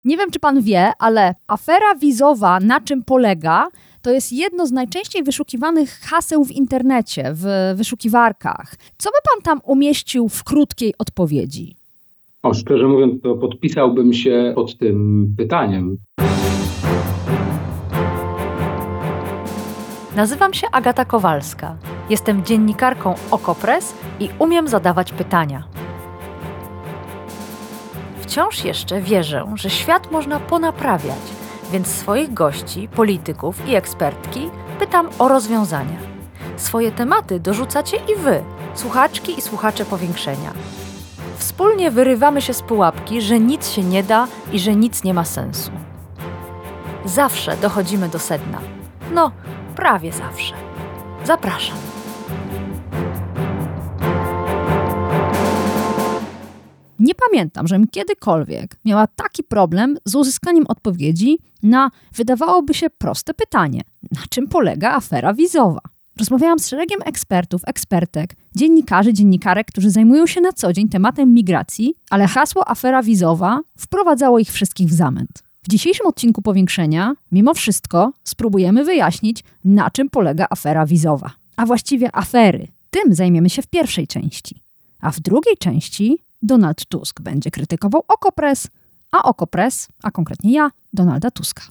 Nie wiem, czy pan wie, ale afera wizowa na czym polega, to jest jedno z najczęściej wyszukiwanych haseł w internecie, w wyszukiwarkach. Co by pan tam umieścił w krótkiej odpowiedzi? Szczerze mówiąc, to podpisałbym się pod tym pytaniem. Nazywam się Agata Kowalska. Jestem dziennikarką Okopres i umiem zadawać pytania. Wciąż jeszcze wierzę, że świat można ponaprawiać, więc swoich gości, polityków i ekspertki pytam o rozwiązania. Swoje tematy dorzucacie i wy, słuchaczki i słuchacze Powiększenia. Wspólnie wyrywamy się z pułapki, że nic się nie da i że nic nie ma sensu. Zawsze dochodzimy do sedna. No, prawie zawsze. Zapraszam. Nie pamiętam, żebym kiedykolwiek miała taki problem z uzyskaniem odpowiedzi na, wydawałoby się, proste pytanie. Na czym polega afera wizowa? Rozmawiałam z szeregiem ekspertów, ekspertek, dziennikarzy, dziennikarek, którzy zajmują się na co dzień tematem migracji, ale hasło afera wizowa wprowadzało ich wszystkich w zamęt. W dzisiejszym odcinku Powiększenia, mimo wszystko, spróbujemy wyjaśnić, na czym polega afera wizowa. A właściwie afery. Tym zajmiemy się w pierwszej części. A w drugiej części Donald Tusk będzie krytykował Okopres, a Okopres, a konkretnie ja, Donalda Tuska.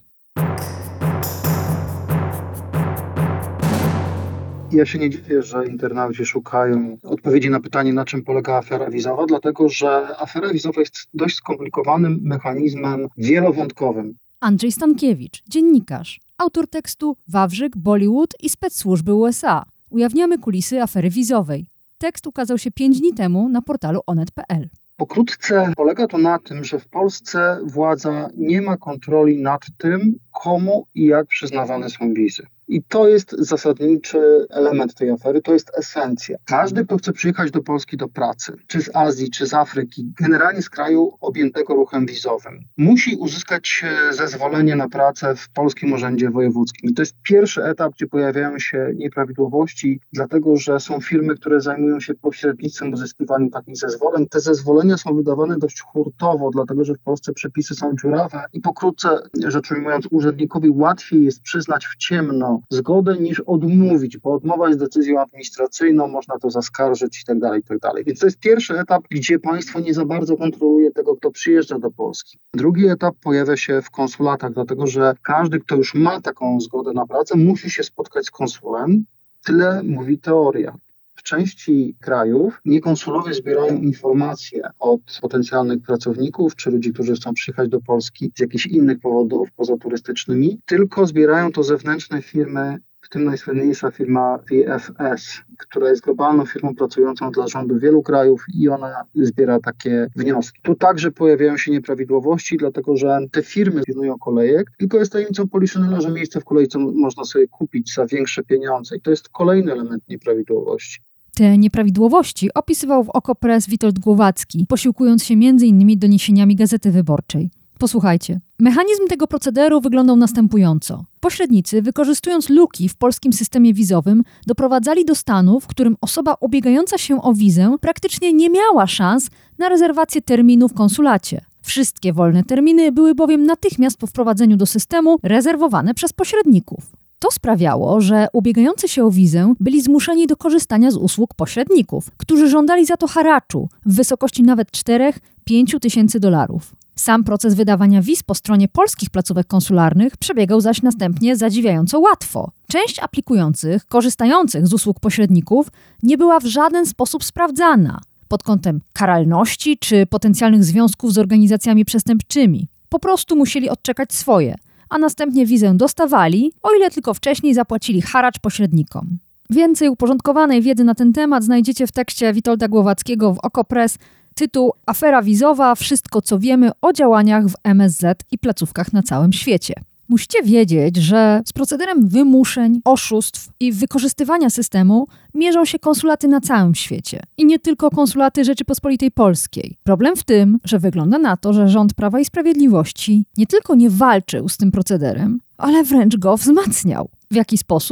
Ja się nie dziwię, że internauci szukają odpowiedzi na pytanie, na czym polega afera wizowa, dlatego że afera wizowa jest dość skomplikowanym mechanizmem wielowątkowym. Andrzej Stankiewicz, dziennikarz, autor tekstu Wawrzyk, Bollywood i spецsłużby USA. Ujawniamy kulisy afery wizowej. Tekst ukazał się 5 dni temu na portalu onet.pl. Pokrótce polega to na tym, że w Polsce władza nie ma kontroli nad tym, komu i jak przyznawane są wizy. I to jest zasadniczy element tej afery, to jest esencja. Każdy, kto chce przyjechać do Polski do pracy, czy z Azji, czy z Afryki, generalnie z kraju objętego ruchem wizowym, musi uzyskać zezwolenie na pracę w Polskim Urzędzie Wojewódzkim. I to jest pierwszy etap, gdzie pojawiają się nieprawidłowości, dlatego że są firmy, które zajmują się pośrednictwem uzyskiwania takich zezwoleń. Te zezwolenia są wydawane dość hurtowo, dlatego że w Polsce przepisy są dziurawe i pokrótce rzecz ujmując, urzędnikowi łatwiej jest przyznać w ciemno zgodę niż odmówić, bo odmowa jest decyzją administracyjną, można to zaskarżyć itd., itd. Więc to jest pierwszy etap, gdzie państwo nie za bardzo kontroluje tego, kto przyjeżdża do Polski. Drugi etap pojawia się w konsulatach, dlatego że każdy, kto już ma taką zgodę na pracę, musi się spotkać z konsulem. Tyle mówi teoria. W części krajów niekonsulowie zbierają informacje od potencjalnych pracowników czy ludzi, którzy chcą przyjechać do Polski z jakichś innych powodów poza turystycznymi, tylko zbierają to zewnętrzne firmy, w tym najsłynniejsza firma VFS, która jest globalną firmą pracującą dla rządu wielu krajów i ona zbiera takie wnioski. Tu także pojawiają się nieprawidłowości, dlatego że te firmy pilnują kolejek, tylko jest tajemnicą Poliszynela, że miejsce w kolejce można sobie kupić za większe pieniądze i to jest kolejny element nieprawidłowości. Te nieprawidłowości opisywał w Okopres Witold Głowacki, posiłkując się m.in. doniesieniami Gazety Wyborczej. Posłuchajcie. Mechanizm tego procederu wyglądał następująco. Pośrednicy, wykorzystując luki w polskim systemie wizowym, doprowadzali do stanu, w którym osoba ubiegająca się o wizę praktycznie nie miała szans na rezerwację terminu w konsulacie. Wszystkie wolne terminy były bowiem natychmiast po wprowadzeniu do systemu rezerwowane przez pośredników. To sprawiało, że ubiegający się o wizę byli zmuszeni do korzystania z usług pośredników, którzy żądali za to haraczu w wysokości nawet 4-5 tysięcy dolarów. Sam proces wydawania wiz po stronie polskich placówek konsularnych przebiegał zaś następnie zadziwiająco łatwo. Część aplikujących, korzystających z usług pośredników nie była w żaden sposób sprawdzana pod kątem karalności czy potencjalnych związków z organizacjami przestępczymi. Po prostu musieli odczekać swoje, a następnie wizę dostawali, o ile tylko wcześniej zapłacili haracz pośrednikom. Więcej uporządkowanej wiedzy na ten temat znajdziecie w tekście Witolda Głowackiego w Okopres. Tytuł Afera wizowa – wszystko co wiemy o działaniach w MSZ i placówkach na całym świecie. Musicie wiedzieć, że z procederem wymuszeń, oszustw i wykorzystywania systemu mierzą się konsulaty na całym świecie. I nie tylko konsulaty Rzeczypospolitej Polskiej. Problem w tym, że wygląda na to, że rząd Prawa i Sprawiedliwości nie tylko nie walczył z tym procederem, ale wręcz go wzmacniał. W jaki sposób?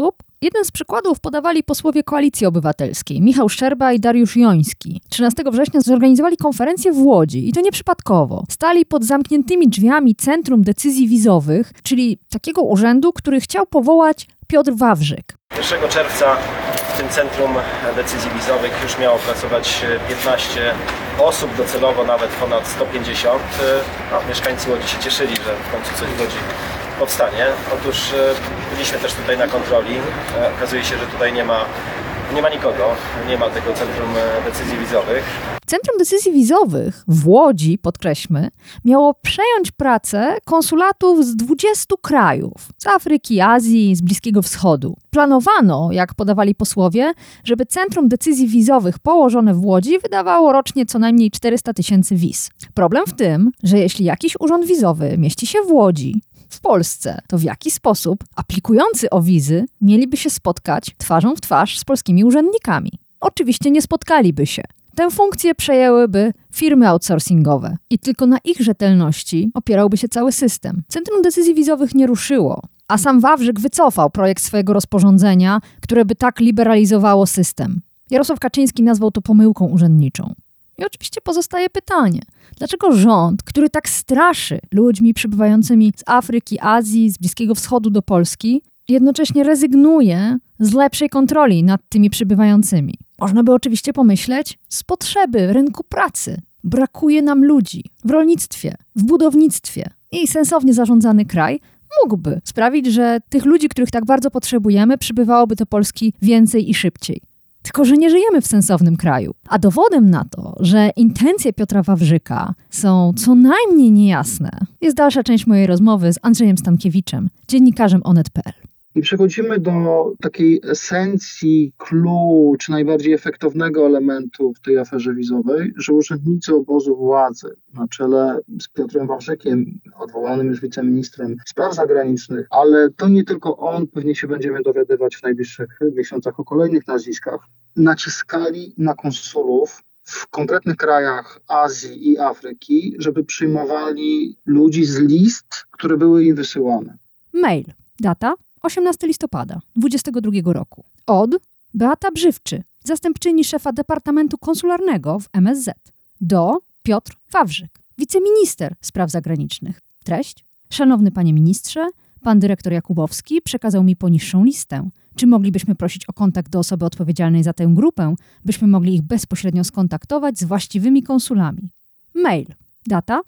Jeden z przykładów podawali posłowie Koalicji Obywatelskiej, Michał Szczerba i Dariusz Joński. 13 września zorganizowali konferencję w Łodzi i to nieprzypadkowo. Stali pod zamkniętymi drzwiami Centrum Decyzji Wizowych, czyli takiego urzędu, który chciał powołać Piotr Wawrzyk. 1 czerwca w tym Centrum Decyzji Wizowych już miało pracować 15 osób, docelowo nawet ponad 150. Mieszkańcy Łodzi się cieszyli, że w końcu coś w Łodzi powstanie. Otóż byliśmy też tutaj na kontroli. Okazuje się, że tutaj nie ma nikogo, nie ma tego Centrum Decyzji Wizowych. Centrum Decyzji Wizowych w Łodzi, podkreślmy, miało przejąć pracę konsulatów z 20 krajów, z Afryki, Azji, z Bliskiego Wschodu. Planowano, jak podawali posłowie, żeby Centrum Decyzji Wizowych położone w Łodzi wydawało rocznie co najmniej 400 000 wiz. Problem w tym, że jeśli jakiś urząd wizowy mieści się w Łodzi, w Polsce, to w jaki sposób aplikujący o wizy mieliby się spotkać twarzą w twarz z polskimi urzędnikami? Oczywiście nie spotkaliby się. Tę funkcję przejęłyby firmy outsourcingowe i tylko na ich rzetelności opierałby się cały system. Centrum Decyzji Wizowych nie ruszyło, a sam Wawrzyk wycofał projekt swojego rozporządzenia, które by tak liberalizowało system. Jarosław Kaczyński nazwał to pomyłką urzędniczą. I oczywiście pozostaje pytanie, dlaczego rząd, który tak straszy ludźmi przybywającymi z Afryki, Azji, z Bliskiego Wschodu do Polski, jednocześnie rezygnuje z lepszej kontroli nad tymi przybywającymi? Można by oczywiście pomyśleć, z potrzeby rynku pracy. Brakuje nam ludzi w rolnictwie, w budownictwie i sensownie zarządzany kraj mógłby sprawić, że tych ludzi, których tak bardzo potrzebujemy, przybywałoby do Polski więcej i szybciej. Tylko że nie żyjemy w sensownym kraju. A dowodem na to, że intencje Piotra Wawrzyka są co najmniej niejasne, jest dalsza część mojej rozmowy z Andrzejem Stankiewiczem, dziennikarzem Onet.pl. I przechodzimy do takiej esencji, clue, czy najbardziej efektownego elementu w tej aferze wizowej, że urzędnicy obozu władzy na czele z Piotrem Wawrzykiem, odwołanym już wiceministrem spraw zagranicznych, ale to nie tylko on, pewnie się będziemy dowiadywać w najbliższych miesiącach o kolejnych nazwiskach, naciskali na konsulów w konkretnych krajach Azji i Afryki, żeby przyjmowali ludzi z list, które były im wysyłane. Mail. Data 18 listopada 2022 roku. Od Beata Brzywczy, zastępczyni szefa Departamentu Konsularnego w MSZ. Do Piotr Wawrzyk, wiceminister spraw zagranicznych. Treść. Szanowny panie ministrze, pan dyrektor Jakubowski przekazał mi poniższą listę. Czy moglibyśmy prosić o kontakt do osoby odpowiedzialnej za tę grupę, byśmy mogli ich bezpośrednio skontaktować z właściwymi konsulami. Mail. Data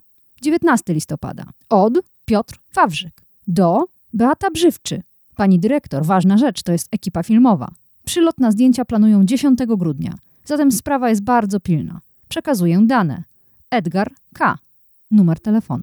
19 listopada. Od Piotr Wawrzyk. Do Beata Brzywczy. Pani dyrektor, ważna rzecz, to jest ekipa filmowa. Przylot na zdjęcia planują 10 grudnia, zatem sprawa jest bardzo pilna. Przekazuję dane. Edgar K. Numer telefonu.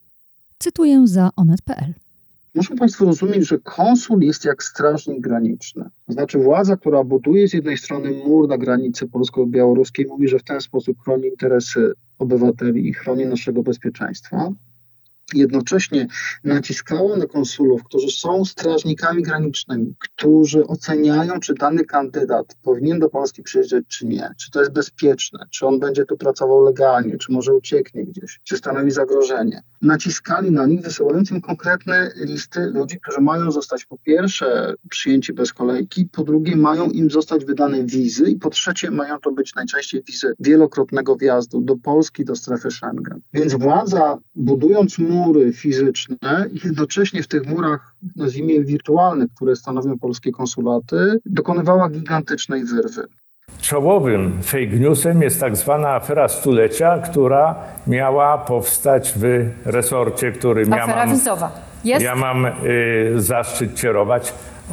Cytuję za Onet.pl. Muszą Państwo rozumieć, że konsul jest jak strażnik graniczny. To znaczy władza, która buduje z jednej strony mur na granicy polsko-białoruskiej, mówi, że w ten sposób chroni interesy obywateli i chroni naszego bezpieczeństwa. Jednocześnie naciskała na konsulów, którzy są strażnikami granicznymi, którzy oceniają, czy dany kandydat powinien do Polski przyjeżdżać, czy nie, czy to jest bezpieczne, czy on będzie tu pracował legalnie, czy może ucieknie gdzieś, czy stanowi zagrożenie. Naciskali na nich, wysyłając im konkretne listy ludzi, którzy mają zostać po pierwsze przyjęci bez kolejki, po drugie mają im zostać wydane wizy i po trzecie mają to być najczęściej wizy wielokrotnego wjazdu do Polski, do strefy Schengen. Więc władza, budując mury fizyczne, jednocześnie w tych murach, nazwijmy wirtualnych, które stanowią polskie konsulaty, dokonywała gigantycznej wyrwy. Czołowym fake newsem jest tak zwana afera stulecia, która miała powstać w resorcie, którym afera wizowa. Jest? Ja mam zaszczyt kierować.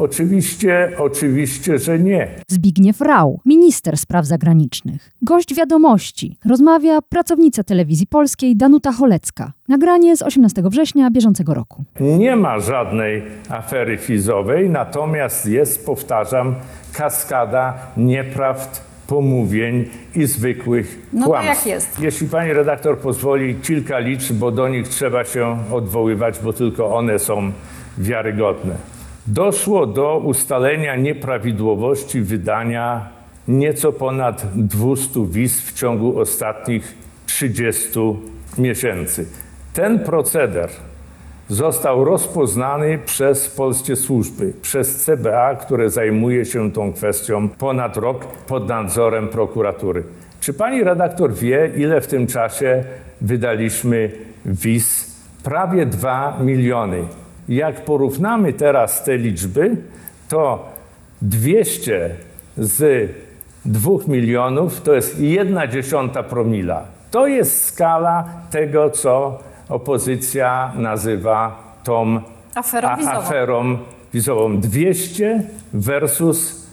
Oczywiście, że nie. Zbigniew Rau, minister spraw zagranicznych. Gość Wiadomości. Rozmawia pracownica Telewizji Polskiej Danuta Cholecka. Nagranie z 18 września bieżącego roku. Nie ma żadnej afery wizowej, natomiast jest, powtarzam, kaskada nieprawd, pomówień i zwykłych kłamstw. No to jak jest? Jeśli pani redaktor pozwoli, kilka liczb, bo do nich trzeba się odwoływać, bo tylko one są wiarygodne. Doszło do ustalenia nieprawidłowości wydania nieco ponad 200 wiz w ciągu ostatnich 30 miesięcy. Ten proceder został rozpoznany przez polskie służby, przez CBA, które zajmuje się tą kwestią ponad rok pod nadzorem prokuratury. Czy pani redaktor wie, ile w tym czasie wydaliśmy wiz? Prawie 2 miliony. Jak porównamy teraz te liczby, to 200 z 2 milionów to jest 1/10 promila. To jest skala tego, co opozycja nazywa tą aferą wizową. 200 versus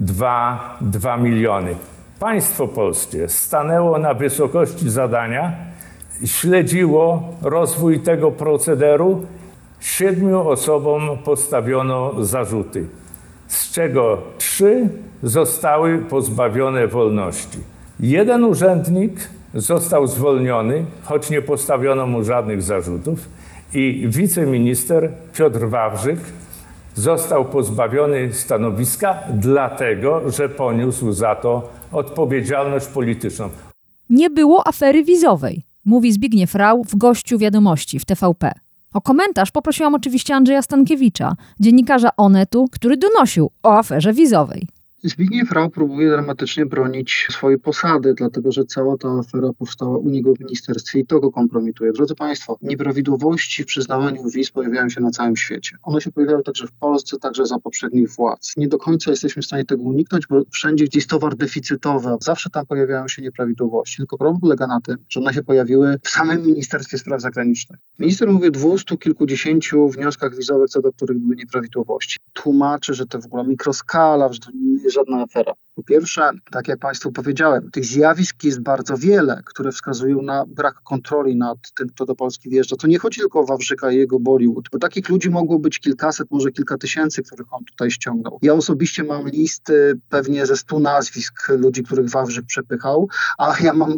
2 miliony. Państwo polskie stanęło na wysokości zadania, śledziło rozwój tego procederu. 7 osobom postawiono zarzuty, z czego 3 zostały pozbawione wolności. 1 urzędnik został zwolniony, choć nie postawiono mu żadnych zarzutów, i wiceminister Piotr Wawrzyk został pozbawiony stanowiska, dlatego że poniósł za to odpowiedzialność polityczną. Nie było afery wizowej, mówi Zbigniew Rau w Gościu Wiadomości w TVP. O komentarz poprosiłam oczywiście Andrzeja Stankiewicza, dziennikarza Onetu, który donosił o aferze wizowej. Zbigniew Rau próbuje dramatycznie bronić swojej posady, dlatego że cała ta afera powstała u niego w ministerstwie i to go kompromituje. Drodzy Państwo, nieprawidłowości w przyznawaniu wiz pojawiają się na całym świecie. One się pojawiają także w Polsce, także za poprzednich władz. Nie do końca jesteśmy w stanie tego uniknąć, bo wszędzie, gdzie jest towar deficytowy, zawsze tam pojawiają się nieprawidłowości. Tylko problem polega na tym, że one się pojawiły w samym Ministerstwie Spraw Zagranicznych. Minister mówi o 200 kilkudziesięciu wnioskach wizowych, co do których były nieprawidłowości. Tłumaczy, że to w ogóle mikroskala, że to nie jest żadna afera. Po pierwsze, tak jak Państwu powiedziałem, tych zjawisk jest bardzo wiele, które wskazują na brak kontroli nad tym, kto do Polski wjeżdża. To nie chodzi tylko o Wawrzyka i jego Bollywood, bo takich ludzi mogło być kilkaset, może kilka tysięcy, których on tutaj ściągnął. Ja osobiście mam listy pewnie ze 100 nazwisk ludzi, których Wawrzyk przepychał, a ja mam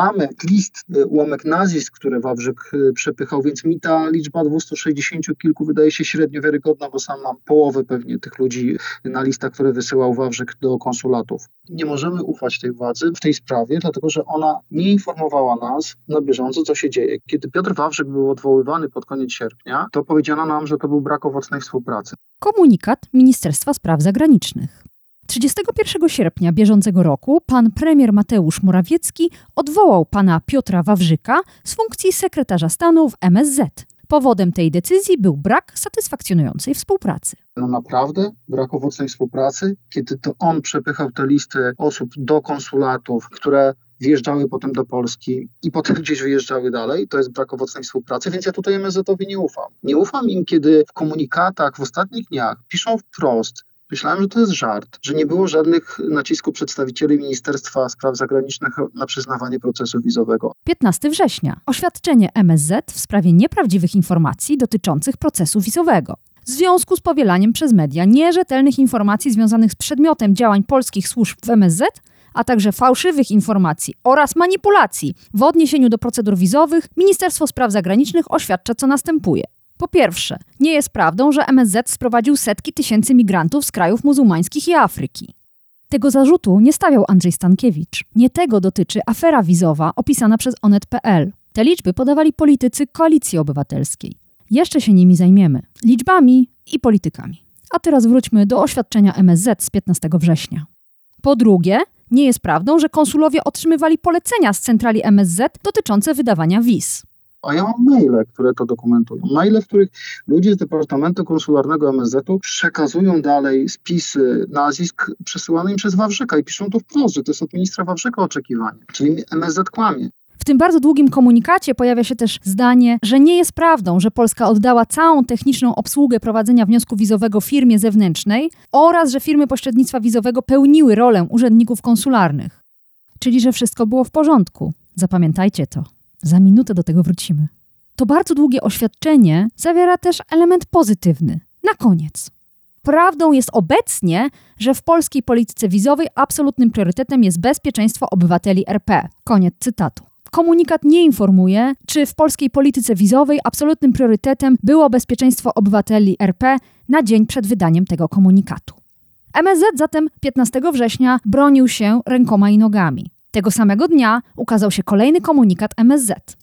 ułamek nazwisk, które Wawrzyk przepychał, więc mi ta liczba 260 kilku wydaje się średnio wiarygodna, bo sam mam połowę pewnie tych ludzi na listach, które wysyłał Wawrzyk do konsulatów. Nie możemy ufać tej władzy w tej sprawie, dlatego że ona nie informowała nas na bieżąco, co się dzieje. Kiedy Piotr Wawrzyk był odwoływany pod koniec sierpnia, to powiedziano nam, że to był brak owocnej współpracy. Komunikat Ministerstwa Spraw Zagranicznych. 31 sierpnia bieżącego roku pan premier Mateusz Morawiecki odwołał pana Piotra Wawrzyka z funkcji sekretarza stanu w MSZ. Powodem tej decyzji był brak satysfakcjonującej współpracy. No naprawdę brak owocnej współpracy, kiedy to on przepychał te listy osób do konsulatów, które wjeżdżały potem do Polski i potem gdzieś wyjeżdżały dalej, to jest brak owocnej współpracy, więc ja tutaj MSZ-owi nie ufam. Nie ufam im, kiedy w komunikatach w ostatnich dniach piszą wprost. Myślałem, że to jest żart, że nie było żadnych nacisków przedstawicieli Ministerstwa Spraw Zagranicznych na przyznawanie procesu wizowego. 15 września. Oświadczenie MSZ w sprawie nieprawdziwych informacji dotyczących procesu wizowego. W związku z powielaniem przez media nierzetelnych informacji związanych z przedmiotem działań polskich służb w MSZ, a także fałszywych informacji oraz manipulacji w odniesieniu do procedur wizowych, Ministerstwo Spraw Zagranicznych oświadcza, co następuje. Po pierwsze, nie jest prawdą, że MSZ sprowadził setki tysięcy migrantów z krajów muzułmańskich i Afryki. Tego zarzutu nie stawiał Andrzej Stankiewicz. Nie tego dotyczy afera wizowa opisana przez Onet.pl. Te liczby podawali politycy Koalicji Obywatelskiej. Jeszcze się nimi zajmiemy. Liczbami i politykami. A teraz wróćmy do oświadczenia MSZ z 15 września. Po drugie, nie jest prawdą, że konsulowie otrzymywali polecenia z centrali MSZ dotyczące wydawania wiz. A ja mam maile, które to dokumentują. Maile, w których ludzie z Departamentu Konsularnego MSZ-u przekazują dalej spisy nazwisk przesyłane im przez Wawrzyka i piszą to wprost, że to jest od ministra Wawrzyka oczekiwanie. Czyli MSZ kłamie. W tym bardzo długim komunikacie pojawia się też zdanie, że nie jest prawdą, że Polska oddała całą techniczną obsługę prowadzenia wniosku wizowego firmie zewnętrznej oraz że firmy pośrednictwa wizowego pełniły rolę urzędników konsularnych. Czyli, że wszystko było w porządku. Zapamiętajcie to. Za minutę do tego wrócimy. To bardzo długie oświadczenie zawiera też element pozytywny. Na koniec. Prawdą jest obecnie, że w polskiej polityce wizowej absolutnym priorytetem jest bezpieczeństwo obywateli RP. Koniec cytatu. Komunikat nie informuje, czy w polskiej polityce wizowej absolutnym priorytetem było bezpieczeństwo obywateli RP na dzień przed wydaniem tego komunikatu. MSZ zatem 15 września bronił się rękoma i nogami. Tego samego dnia ukazał się kolejny komunikat MSZ.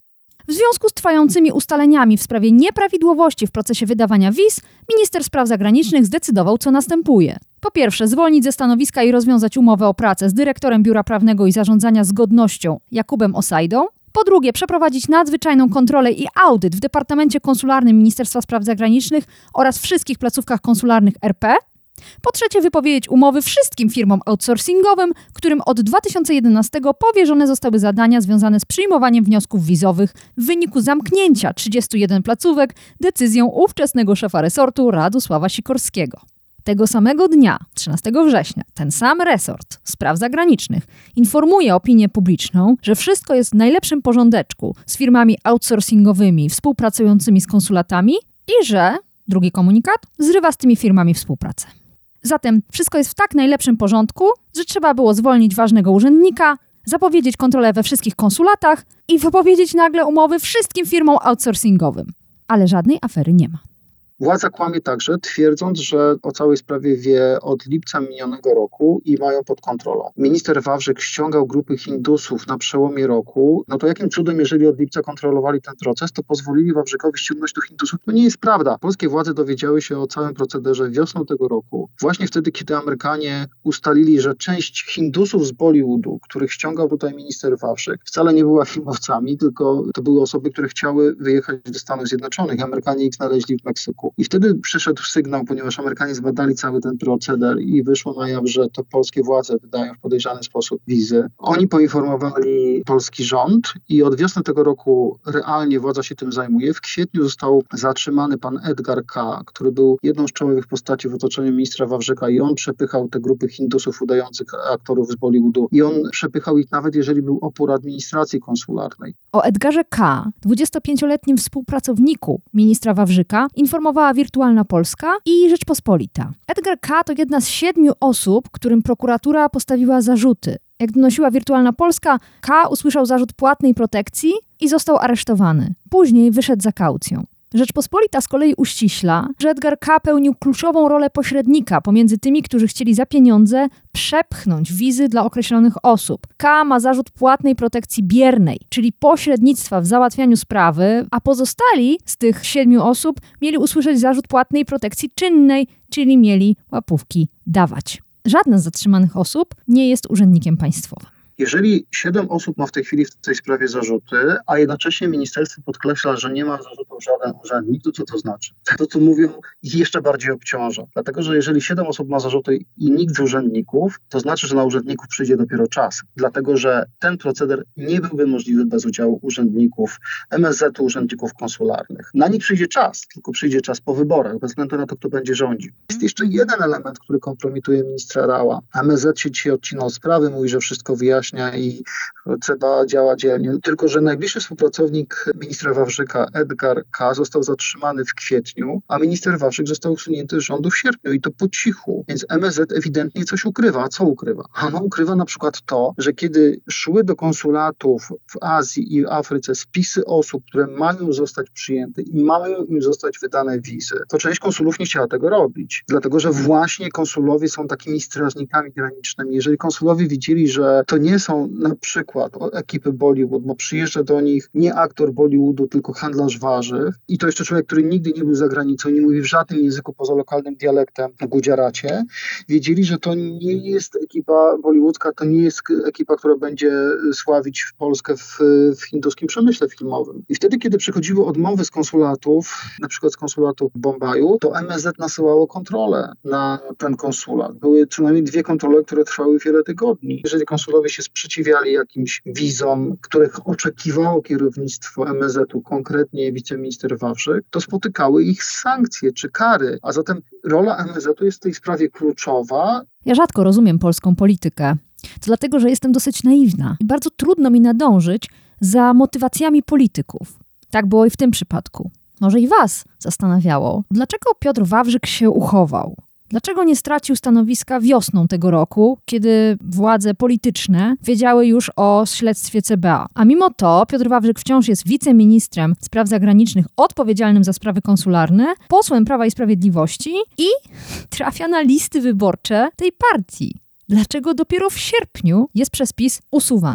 W związku z trwającymi ustaleniami w sprawie nieprawidłowości w procesie wydawania wiz, minister spraw zagranicznych zdecydował, co następuje. Po pierwsze, zwolnić ze stanowiska i rozwiązać umowę o pracę z dyrektorem Biura Prawnego i Zarządzania Zgodnością Jakubem Osajdą. Po drugie, przeprowadzić nadzwyczajną kontrolę i audyt w Departamencie Konsularnym Ministerstwa Spraw Zagranicznych oraz wszystkich placówkach konsularnych RP. Po trzecie, wypowiedzieć umowy wszystkim firmom outsourcingowym, którym od 2011 powierzone zostały zadania związane z przyjmowaniem wniosków wizowych w wyniku zamknięcia 31 placówek decyzją ówczesnego szefa resortu Radosława Sikorskiego. Tego samego dnia, 13 września, ten sam resort spraw zagranicznych informuje opinię publiczną, że wszystko jest w najlepszym porządeczku z firmami outsourcingowymi współpracującymi z konsulatami i że, drugi komunikat, zrywa z tymi firmami współpracę. Zatem wszystko jest w tak najlepszym porządku, że trzeba było zwolnić ważnego urzędnika, zapowiedzieć kontrolę we wszystkich konsulatach i wypowiedzieć nagle umowy wszystkim firmom outsourcingowym. Ale żadnej afery nie ma. Władza kłamie także, twierdząc, że o całej sprawie wie od lipca minionego roku i mają pod kontrolą. Minister Wawrzyk ściągał grupy Hindusów na przełomie roku. No to jakim cudem, jeżeli od lipca kontrolowali ten proces, to pozwolili Wawrzykowi ściągnąć tych Hindusów? To nie jest prawda. Polskie władze dowiedziały się o całym procederze wiosną tego roku. Właśnie wtedy, kiedy Amerykanie ustalili, że część Hindusów z Bollywoodu, których ściągał tutaj minister Wawrzyk, wcale nie była filmowcami, tylko to były osoby, które chciały wyjechać do Stanów Zjednoczonych. Amerykanie ich znaleźli w Meksyku. I wtedy przyszedł sygnał, ponieważ Amerykanie zbadali cały ten proceder i wyszło na jaw, że to polskie władze wydają w podejrzany sposób wizy. Oni poinformowali polski rząd i od wiosny tego roku realnie władza się tym zajmuje. W kwietniu został zatrzymany pan Edgar K., który był jedną z czołowych postaci w otoczeniu ministra Wawrzyka i on przepychał te grupy Hindusów udających aktorów z Bollywoodu i on przepychał ich nawet jeżeli był opór administracji konsularnej. O Edgarze K., 25-letnim współpracowniku ministra Wawrzyka, informowała Wirtualna Polska i Rzeczpospolita. Edgar K. to jedna z 7 osób, którym prokuratura postawiła zarzuty. Jak donosiła Wirtualna Polska, K. usłyszał zarzut płatnej protekcji i został aresztowany. Później wyszedł za kaucją. Rzeczpospolita z kolei uściśla, że Edgar K. pełnił kluczową rolę pośrednika pomiędzy tymi, którzy chcieli za pieniądze przepchnąć wizy dla określonych osób. K. ma zarzut płatnej protekcji biernej, czyli pośrednictwa w załatwianiu sprawy, a pozostali z tych 7 osób mieli usłyszeć zarzut płatnej protekcji czynnej, czyli mieli łapówki dawać. Żadna z zatrzymanych osób nie jest urzędnikiem państwowym. Jeżeli 7 osób ma w tej chwili w tej sprawie zarzuty, a jednocześnie ministerstwo podkreśla, że nie ma zarzutów żaden urzędnik, to co to znaczy? To, co mówią, jeszcze bardziej obciąża. Dlatego, że jeżeli 7 osób ma zarzuty i nikt z urzędników, to znaczy, że na urzędników przyjdzie dopiero czas. Dlatego, że ten proceder nie byłby możliwy bez udziału urzędników MSZ-u, urzędników konsularnych. Na nich przyjdzie czas, tylko przyjdzie czas po wyborach, bez względu na to, kto będzie rządził. Jest jeszcze jeden element, który kompromituje ministra Rała. MSZ się dzisiaj odcina od sprawy, mówi, że wszystko wyjaśnia i trzeba działać dzielnie. Tylko że najbliższy współpracownik ministra Wawrzyka, Edgar K., został zatrzymany w kwietniu, a minister Wawrzyk został usunięty z rządu w sierpniu i to po cichu. Więc MSZ ewidentnie coś ukrywa. A co ukrywa? Ono ukrywa na przykład to, że kiedy szły do konsulatów w Azji i w Afryce spisy osób, które mają zostać przyjęte i mają im zostać wydane wizy, to część konsulów nie chciała tego robić. Dlatego, że właśnie konsulowie są takimi strażnikami granicznymi. Jeżeli konsulowie widzieli, że to nie są na przykład ekipy Bollywood, bo przyjeżdża do nich nie aktor Bollywoodu, tylko handlarz warzyw i to jeszcze człowiek, który nigdy nie był za granicą, nie mówi w żadnym języku poza lokalnym dialektem na Gudzaracie, wiedzieli, że to nie jest ekipa bollywoodzka, to nie jest ekipa, która będzie sławić Polskę w hinduskim przemyśle filmowym. I wtedy, kiedy przychodziły odmowy z konsulatów, na przykład z konsulatu w Bombaju, to MSZ nasyłało kontrolę na ten konsulat. Były co najmniej 2 kontrole, które trwały wiele tygodni. Jeżeli konsulowie się sprzeciwiali jakimś wizom, których oczekiwało kierownictwo MSZ-u, konkretnie wiceminister Wawrzyk, to spotykały ich sankcje czy kary. A zatem rola MSZ-u jest w tej sprawie kluczowa. Ja rzadko rozumiem polską politykę. To dlatego, że jestem dosyć naiwna i bardzo trudno mi nadążyć za motywacjami polityków. Tak było i w tym przypadku. Może i was zastanawiało, dlaczego Piotr Wawrzyk się uchował? Dlaczego nie stracił stanowiska wiosną tego roku, kiedy władze polityczne wiedziały już o śledztwie CBA? A mimo to Piotr Wawrzyk wciąż jest wiceministrem spraw zagranicznych odpowiedzialnym za sprawy konsularne, posłem Prawa i Sprawiedliwości i trafia na listy wyborcze tej partii. Dlaczego dopiero w sierpniu jest przez PiS usuwany?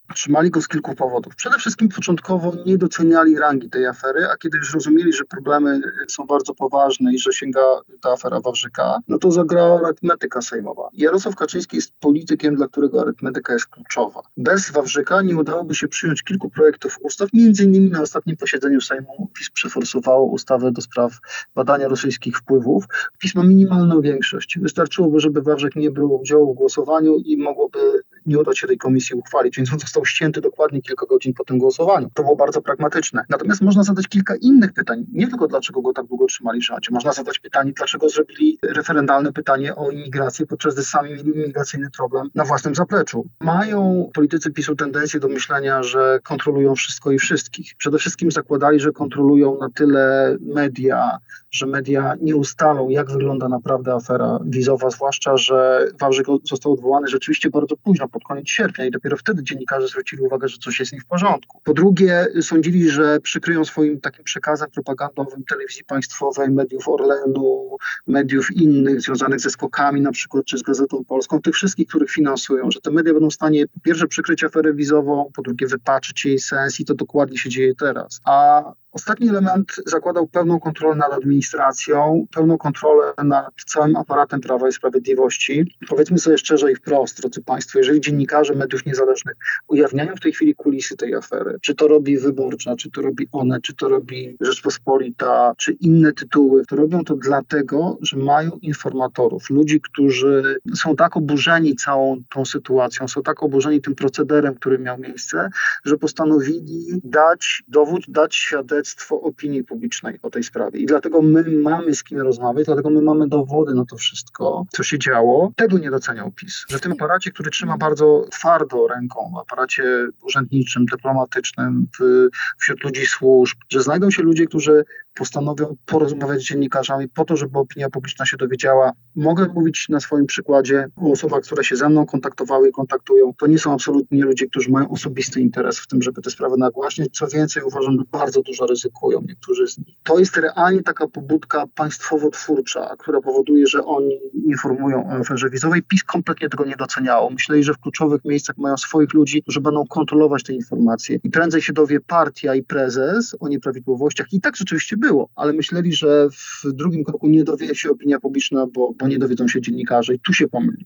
Trzymali go z kilku powodów. Przede wszystkim początkowo nie doceniali rangi tej afery, a kiedy już rozumieli, że problemy są bardzo poważne i że sięga ta afera Wawrzyka, no to zagrała arytmetyka sejmowa. Jarosław Kaczyński jest politykiem, dla którego arytmetyka jest kluczowa. Bez Wawrzyka nie udałoby się przyjąć kilku projektów ustaw, między innymi na ostatnim posiedzeniu Sejmu PiS przeforsowało ustawę do spraw badania rosyjskich wpływów. PiS ma minimalną większość. Wystarczyłoby, żeby Wawrzyk nie brał udziału w głosowaniu i mogłoby nie udać się tej komisji uchwalić, więc on został ścięty dokładnie kilka godzin po tym głosowaniu. To było bardzo pragmatyczne. Natomiast można zadać kilka innych pytań. Nie tylko dlaczego go tak długo trzymali w rządzie. Można zadać pytanie, dlaczego zrobili referendalne pytanie o imigrację, podczas gdy sami mieli imigracyjny problem na własnym zapleczu. Mają politycy PiS-u tendencję do myślenia, że kontrolują wszystko i wszystkich. Przede wszystkim zakładali, że kontrolują na tyle media, że media nie ustalą, jak wygląda naprawdę afera wizowa, zwłaszcza, że Wawrzyk został odwołany rzeczywiście bardzo późno, pod koniec sierpnia i dopiero wtedy dziennikarze zwrócili uwagę, że coś jest nie w porządku. Po drugie, sądzili, że przykryją swoim takim przekazem propagandowym telewizji państwowej, mediów Orlenu, mediów innych związanych ze skokami na przykład, czy z Gazetą Polską, tych wszystkich, których finansują, że te media będą w stanie po pierwsze przykryć aferę wizową, po drugie wypaczyć jej sens i to dokładnie się dzieje teraz. A ostatni element zakładał pełną kontrolę nad administracją, pełną kontrolę nad całym aparatem Prawa i Sprawiedliwości. Powiedzmy sobie szczerze i wprost, drodzy Państwo, jeżeli dziennikarze mediów niezależnych ujawniają w tej chwili kulisy tej afery, czy to robi Wyborcza, czy to robi Onet, czy to robi Rzeczpospolita, czy inne tytuły, to robią to dlatego, że mają informatorów, ludzi, którzy są tak oburzeni całą tą sytuacją, są tak oburzeni tym procederem, który miał miejsce, że postanowili dać dowód, dać świadectwo opinii publicznej o tej sprawie. I dlatego my mamy z kim rozmawiać, dlatego my mamy dowody na to wszystko, co się działo. Tego nie doceniał PiS. Że w tym aparacie, który trzyma bardzo twardo ręką, w aparacie urzędniczym, dyplomatycznym, wśród ludzi służb, że znajdą się ludzie, którzy postanowią porozmawiać z dziennikarzami po to, żeby opinia publiczna się dowiedziała. Mogę mówić na swoim przykładzie o osobach, które się ze mną kontaktowały i kontaktują. To nie są absolutnie ludzie, którzy mają osobisty interes w tym, żeby te sprawy nagłaśniać. Co więcej, uważam, że bardzo dużo ryzykują niektórzy z nich. To jest realnie taka pobudka państwowo-twórcza, która powoduje, że oni informują o aferze wizowej. PiS kompletnie tego nie doceniało. Myśleli, że w kluczowych miejscach mają swoich ludzi, którzy będą kontrolować te informacje. I prędzej się dowie partia i prezes o nieprawidłowościach. I tak rzeczywiście było, ale myśleli, że w drugim kroku nie dowie się opinia publiczna, bo nie dowiedzą się dziennikarze i tu się pomyli.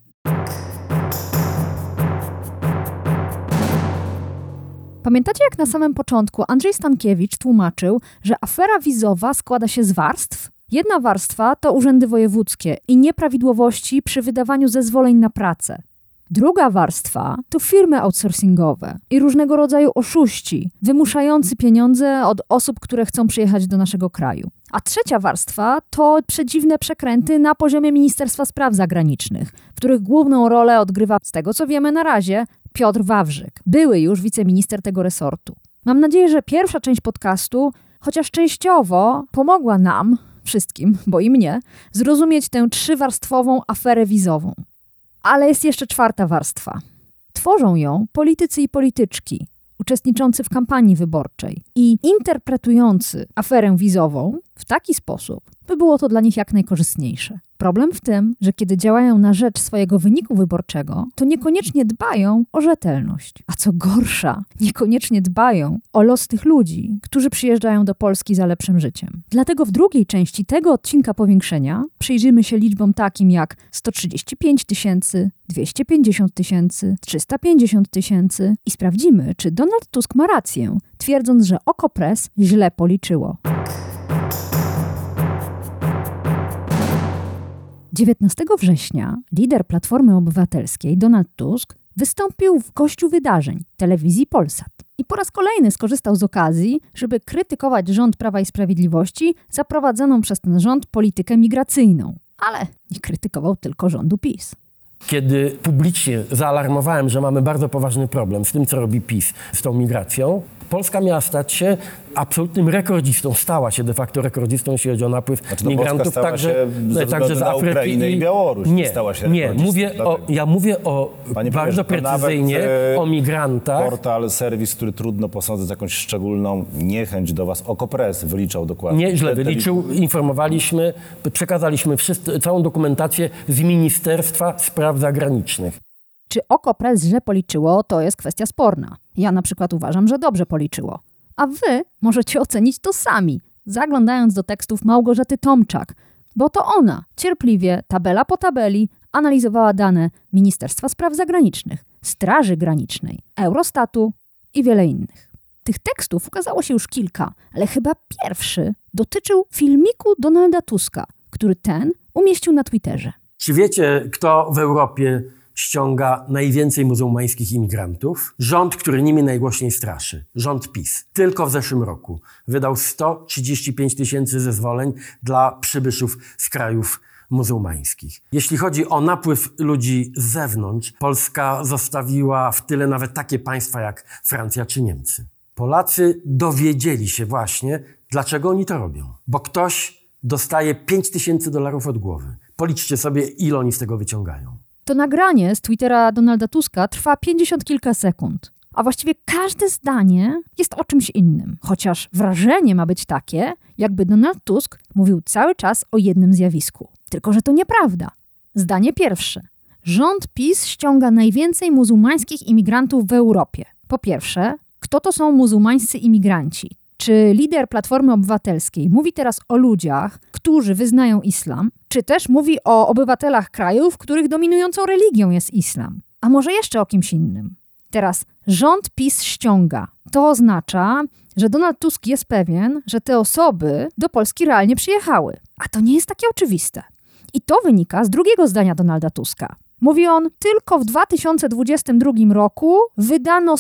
Pamiętacie, jak na samym początku Andrzej Stankiewicz tłumaczył, że afera wizowa składa się z warstw? Jedna warstwa to urzędy wojewódzkie i nieprawidłowości przy wydawaniu zezwoleń na pracę. Druga warstwa to firmy outsourcingowe i różnego rodzaju oszuści, wymuszający pieniądze od osób, które chcą przyjechać do naszego kraju. A trzecia warstwa to przedziwne przekręty na poziomie Ministerstwa Spraw Zagranicznych, w których główną rolę odgrywa, z tego co wiemy na razie, Piotr Wawrzyk, były już wiceminister tego resortu. Mam nadzieję, że pierwsza część podcastu, chociaż częściowo, pomogła nam, wszystkim, bo i mnie, zrozumieć tę trzywarstwową aferę wizową. Ale jest jeszcze czwarta warstwa. Tworzą ją politycy i polityczki, uczestniczący w kampanii wyborczej i interpretujący aferę wizową w taki sposób, by było to dla nich jak najkorzystniejsze. Problem w tym, że kiedy działają na rzecz swojego wyniku wyborczego, to niekoniecznie dbają o rzetelność. A co gorsza, niekoniecznie dbają o los tych ludzi, którzy przyjeżdżają do Polski za lepszym życiem. Dlatego w drugiej części tego odcinka Powiększenia przyjrzymy się liczbom takim jak 135 000, 250 000, 350 000 i sprawdzimy, czy Donald Tusk ma rację, twierdząc, że Okopres źle policzyło. 19 września lider Platformy Obywatelskiej Donald Tusk wystąpił w gościu wydarzeń telewizji Polsat i po raz kolejny skorzystał z okazji, żeby krytykować rząd Prawa i Sprawiedliwości za prowadzoną przez ten rząd politykę migracyjną. Ale nie krytykował tylko rządu PiS. Kiedy publicznie zaalarmowałem, że mamy bardzo poważny problem z tym, co robi PiS z tą migracją, Polska miała stać się absolutnym rekordzistą, stała się de facto rekordzistą, jeśli chodzi o napływ migrantów, także z Afryki Ukrainę i Białoruś. Ja mówię o bardzo precyzyjnie o migrantach. Portal, serwis, który trudno posądzać za jakąś szczególną niechęć do was, Okopres wyliczał dokładnie. Nie, źle wyliczył, informowaliśmy, przekazaliśmy całą dokumentację z Ministerstwa Spraw Zagranicznych. Czy Okopres źle policzyło, to jest kwestia sporna. Ja na przykład uważam, że dobrze policzyło. A wy możecie ocenić to sami, zaglądając do tekstów Małgorzaty Tomczak, bo to ona cierpliwie, tabela po tabeli, analizowała dane Ministerstwa Spraw Zagranicznych, Straży Granicznej, Eurostatu i wiele innych. Tych tekstów ukazało się już kilka, ale chyba pierwszy dotyczył filmiku Donalda Tuska, który ten umieścił na Twitterze. Czy wiecie, kto w Europie ściąga najwięcej muzułmańskich imigrantów? Rząd, który nimi najgłośniej straszy. Rząd PiS. Tylko w zeszłym roku wydał 135 000 zezwoleń dla przybyszów z krajów muzułmańskich. Jeśli chodzi o napływ ludzi z zewnątrz, Polska zostawiła w tyle nawet takie państwa jak Francja czy Niemcy. Polacy dowiedzieli się właśnie, dlaczego oni to robią. Bo ktoś dostaje $5000 od głowy. Policzcie sobie, ile oni z tego wyciągają. To nagranie z Twittera Donalda Tuska trwa 50 kilka sekund, a właściwie każde zdanie jest o czymś innym. Chociaż wrażenie ma być takie, jakby Donald Tusk mówił cały czas o jednym zjawisku. Tylko że to nieprawda. Zdanie pierwsze. Rząd PiS ściąga najwięcej muzułmańskich imigrantów w Europie. Po pierwsze, kto to są muzułmańscy imigranci? Czy lider Platformy Obywatelskiej mówi teraz o ludziach, którzy wyznają islam, czy też mówi o obywatelach krajów, których dominującą religią jest islam? A może jeszcze o kimś innym? Teraz rząd PiS ściąga. To oznacza, że Donald Tusk jest pewien, że te osoby do Polski realnie przyjechały. A to nie jest takie oczywiste. I to wynika z drugiego zdania Donalda Tuska. Mówi on, tylko w 2022 roku wydano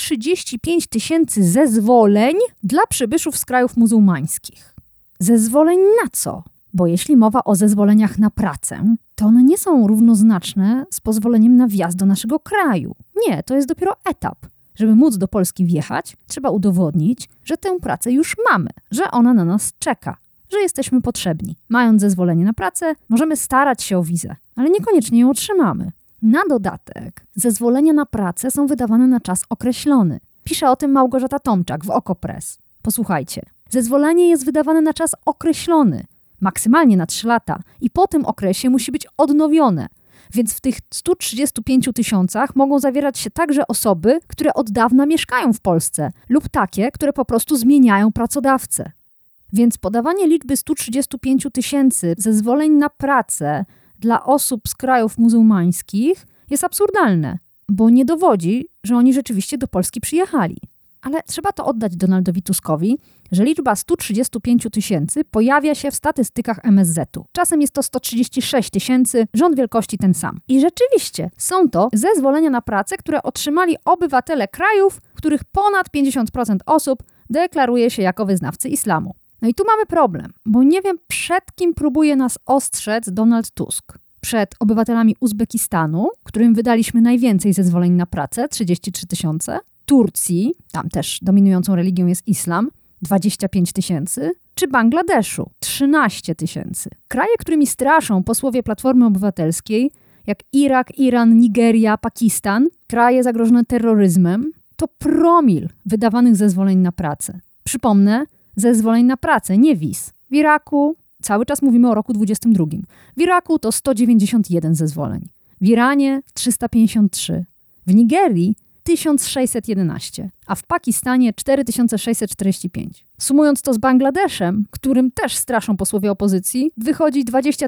135 000 zezwoleń dla przybyszów z krajów muzułmańskich. Zezwoleń na co? Bo jeśli mowa o zezwoleniach na pracę, to one nie są równoznaczne z pozwoleniem na wjazd do naszego kraju. Nie, to jest dopiero etap. Żeby móc do Polski wjechać, trzeba udowodnić, że tę pracę już mamy, że ona na nas czeka, że jesteśmy potrzebni. Mając zezwolenie na pracę, możemy starać się o wizę, ale niekoniecznie ją otrzymamy. Na dodatek, zezwolenia na pracę są wydawane na czas określony. Pisze o tym Małgorzata Tomczak w Okopres. Posłuchajcie. Zezwolenie jest wydawane na czas określony, maksymalnie na 3 lata i po tym okresie musi być odnowione. Więc w tych 135 000 mogą zawierać się także osoby, które od dawna mieszkają w Polsce lub takie, które po prostu zmieniają pracodawcę. Więc podawanie liczby 135 000 zezwoleń na pracę dla osób z krajów muzułmańskich jest absurdalne, bo nie dowodzi, że oni rzeczywiście do Polski przyjechali. Ale trzeba to oddać Donaldowi Tuskowi, że liczba 135 000 pojawia się w statystykach MSZ-u. Czasem jest to 136 000, rząd wielkości ten sam. I rzeczywiście są to zezwolenia na pracę, które otrzymali obywatele krajów, w których ponad 50% osób deklaruje się jako wyznawcy islamu. No i tu mamy problem, bo nie wiem, przed kim próbuje nas ostrzec Donald Tusk. Przed obywatelami Uzbekistanu, którym wydaliśmy najwięcej zezwoleń na pracę, 33 000, Turcji, tam też dominującą religią jest islam, 25 000, czy Bangladeszu, 13 000. Kraje, którymi straszą posłowie Platformy Obywatelskiej, jak Irak, Iran, Nigeria, Pakistan, kraje zagrożone terroryzmem, to promil wydawanych zezwoleń na pracę. Przypomnę, zezwoleń na pracę, nie wiz. W Iraku, cały czas mówimy o roku 22, w Iraku to 191 zezwoleń, w Iranie 353, w Nigerii 1611, a w Pakistanie 4645. Sumując to z Bangladeszem, którym też straszą posłowie opozycji, wychodzi 20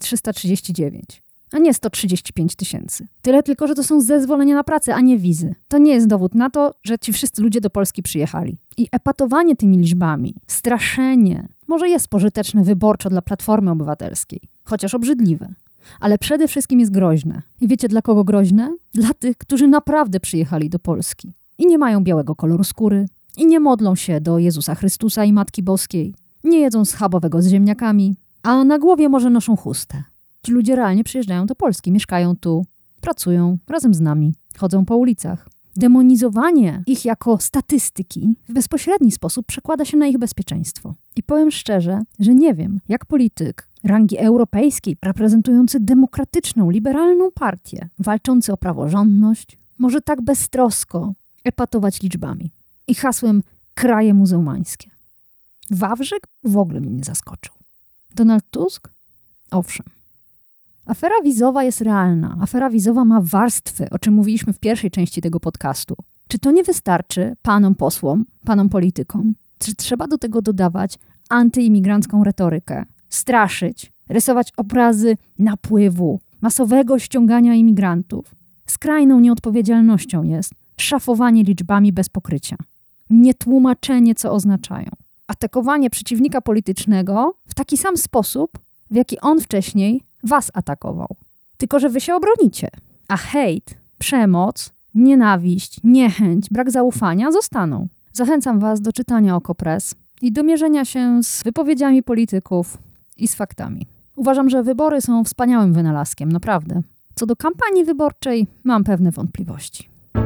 339, a nie 135 000. Tyle tylko, że to są zezwolenia na pracę, a nie wizy. To nie jest dowód na to, że ci wszyscy ludzie do Polski przyjechali. I epatowanie tymi liczbami, straszenie, może jest pożyteczne wyborczo dla Platformy Obywatelskiej, chociaż obrzydliwe. Ale przede wszystkim jest groźne. I wiecie dla kogo groźne? Dla tych, którzy naprawdę przyjechali do Polski. I nie mają białego koloru skóry. I nie modlą się do Jezusa Chrystusa i Matki Boskiej. Nie jedzą schabowego z ziemniakami. A na głowie może noszą chustę. Ci ludzie realnie przyjeżdżają do Polski, mieszkają tu, pracują razem z nami, chodzą po ulicach. Demonizowanie ich jako statystyki w bezpośredni sposób przekłada się na ich bezpieczeństwo. I powiem szczerze, że nie wiem, jak polityk rangi europejskiej, reprezentujący demokratyczną, liberalną partię, walczący o praworządność, może tak beztrosko epatować liczbami i hasłem kraje muzułmańskie. Wawrzyk w ogóle mnie nie zaskoczył. Donald Tusk? Owszem. Afera wizowa jest realna. Afera wizowa ma warstwy, o czym mówiliśmy w pierwszej części tego podcastu. Czy to nie wystarczy panom posłom, panom politykom? Czy trzeba do tego dodawać antyimigrancką retorykę? Straszyć, rysować obrazy napływu, masowego ściągania imigrantów. Skrajną nieodpowiedzialnością jest szafowanie liczbami bez pokrycia. Nietłumaczenie, co oznaczają. Atakowanie przeciwnika politycznego w taki sam sposób, w jaki on wcześniej was atakował. Tylko że wy się obronicie. A hejt, przemoc, nienawiść, niechęć, brak zaufania zostaną. Zachęcam was do czytania Okopres i do mierzenia się z wypowiedziami polityków i z faktami. Uważam, że wybory są wspaniałym wynalazkiem, naprawdę. Co do kampanii wyborczej, mam pewne wątpliwości.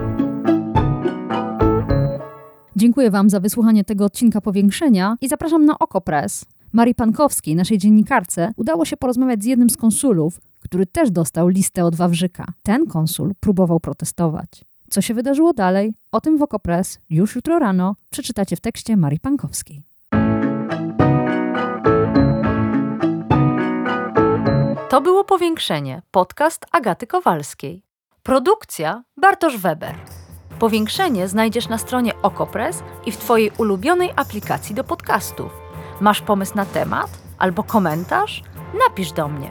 Dziękuję wam za wysłuchanie tego odcinka Powiększenia i zapraszam na Okopres. Marii Pankowskiej, naszej dziennikarce, udało się porozmawiać z jednym z konsulów, który też dostał listę od Wawrzyka. Ten konsul próbował protestować. Co się wydarzyło dalej? O tym w Okopres już jutro rano przeczytacie w tekście Marii Pankowskiej. To było Powiększenie, podcast Agaty Kowalskiej. Produkcja Bartosz Weber. Powiększenie znajdziesz na stronie Okopres i w twojej ulubionej aplikacji do podcastów. Masz pomysł na temat albo komentarz? Napisz do mnie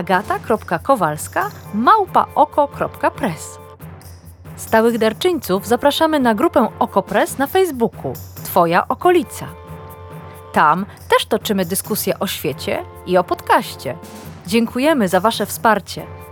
agata.kowalska@oko.press. Stałych darczyńców zapraszamy na grupę Okopres na Facebooku Twoja okolica. Tam też toczymy dyskusje o świecie i o podcaście. Dziękujemy za wasze wsparcie.